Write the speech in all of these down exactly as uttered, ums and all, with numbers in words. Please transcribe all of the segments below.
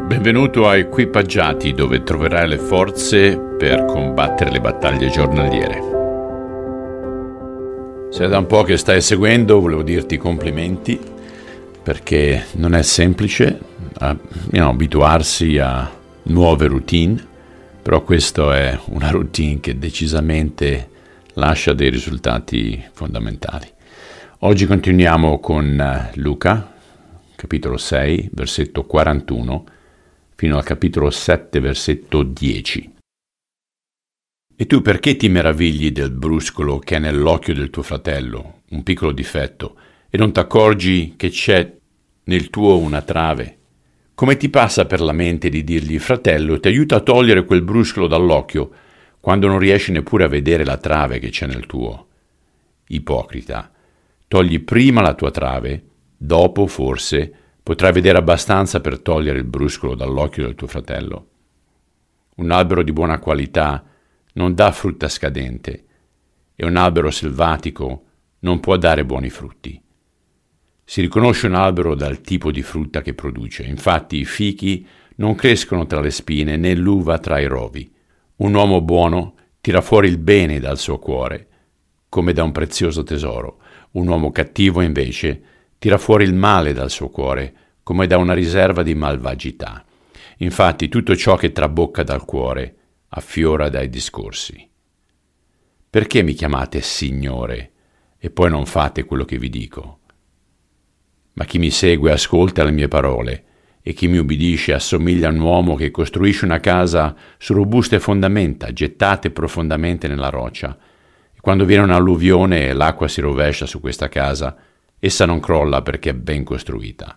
Benvenuto a Equipaggiati, dove troverai le forze per combattere le battaglie giornaliere. Se è da un po' che stai seguendo, volevo dirti complimenti, perché non è semplice uh, you know, abituarsi a nuove routine, però questa è una routine che decisamente lascia dei risultati fondamentali. Oggi continuiamo con Luca, capitolo sei, versetto quarantuno, fino al capitolo sette, versetto dieci. E tu perché ti meravigli del bruscolo che è nell'occhio del tuo fratello, un piccolo difetto, e non t'accorgi che c'è nel tuo una trave? Come ti passa per la mente di dirgli: fratello, ti aiuta a togliere quel bruscolo dall'occhio, quando non riesci neppure a vedere la trave che c'è nel tuo? Ipocrita, togli prima la tua trave, dopo forse potrai vedere abbastanza per togliere il bruscolo dall'occhio del tuo fratello. Un albero di buona qualità non dà frutta scadente e un albero selvatico non può dare buoni frutti. Si riconosce un albero dal tipo di frutta che produce. Infatti i fichi non crescono tra le spine né l'uva tra i rovi. Un uomo buono tira fuori il bene dal suo cuore, come da un prezioso tesoro. Un uomo cattivo invece tira fuori il male dal suo cuore, come da una riserva di malvagità. Infatti tutto ciò che trabocca dal cuore affiora dai discorsi. Perché mi chiamate Signore e poi non fate quello che vi dico? Ma chi mi segue ascolta le mie parole, e chi mi ubbidisce assomiglia a un uomo che costruisce una casa su robuste fondamenta, gettate profondamente nella roccia. E quando viene un'alluvione e l'acqua si rovescia su questa casa, essa non crolla perché è ben costruita.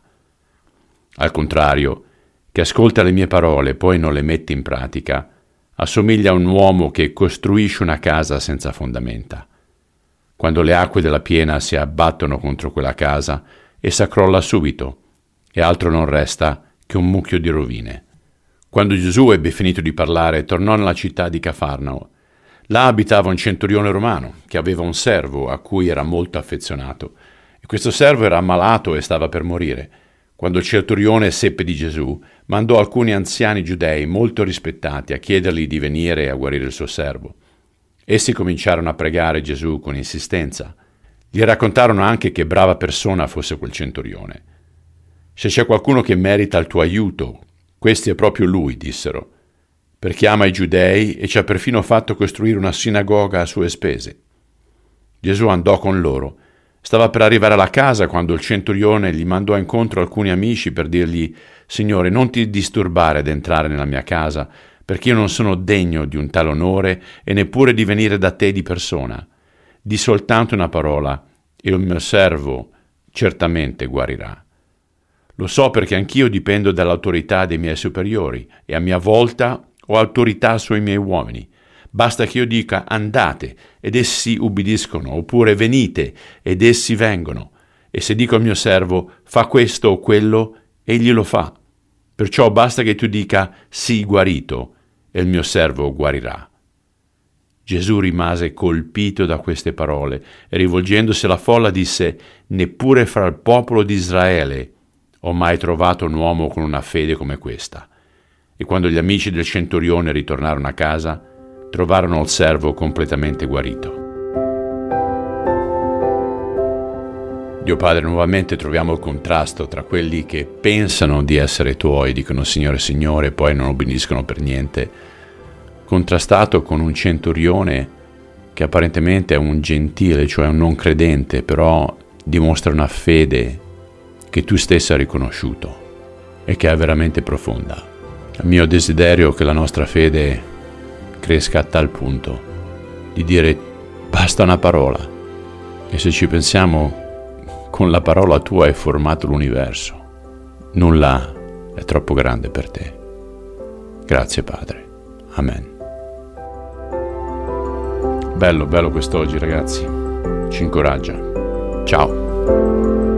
Al contrario, chi ascolta le mie parole e poi non le mette in pratica, assomiglia a un uomo che costruisce una casa senza fondamenta. Quando le acque della piena si abbattono contro quella casa, essa crolla subito, e altro non resta che un mucchio di rovine. Quando Gesù ebbe finito di parlare, tornò nella città di Cafarnao. Là abitava un centurione romano, che aveva un servo a cui era molto affezionato. E questo servo era ammalato e stava per morire. Quando il centurione seppe di Gesù, mandò alcuni anziani giudei molto rispettati a chiedergli di venire a guarire il suo servo. Essi cominciarono a pregare Gesù con insistenza. Gli raccontarono anche che brava persona fosse quel centurione. Se c'è qualcuno che merita il tuo aiuto, questo è proprio lui, dissero, perché ama i giudei e ci ha perfino fatto costruire una sinagoga a sue spese. Gesù andò con loro. Stava per arrivare alla casa quando il centurione gli mandò incontro alcuni amici per dirgli: Signore, non ti disturbare ad entrare nella mia casa, perché io non sono degno di un tal onore e neppure di venire da te di persona. Di soltanto una parola e il mio servo certamente guarirà. Lo so perché anch'io dipendo dall'autorità dei miei superiori e a mia volta ho autorità sui miei uomini. Basta che io dica andate ed essi ubbidiscono, oppure venite ed essi vengono. E se dico al mio servo fa questo o quello, egli lo fa. Perciò basta che tu dica sii guarito e il mio servo guarirà. Gesù rimase colpito da queste parole e rivolgendosi alla folla disse: neppure fra il popolo di Israele ho mai trovato un uomo con una fede come questa. E quando gli amici del centurione ritornarono a casa, trovarono il servo completamente guarito. Dio Padre, nuovamente troviamo il contrasto tra quelli che pensano di essere tuoi, dicono Signore, Signore, e poi non obbediscono per niente, contrastato con un centurione che apparentemente è un gentile, cioè un non credente, però dimostra una fede che tu stesso hai riconosciuto e che è veramente profonda. Il mio desiderio è che la nostra fede cresca a tal punto di dire basta una parola, e se ci pensiamo, con la parola tua hai formato l'universo, nulla è troppo grande per te. Grazie Padre, amen. Bello, bello quest'oggi ragazzi, ci incoraggia. Ciao.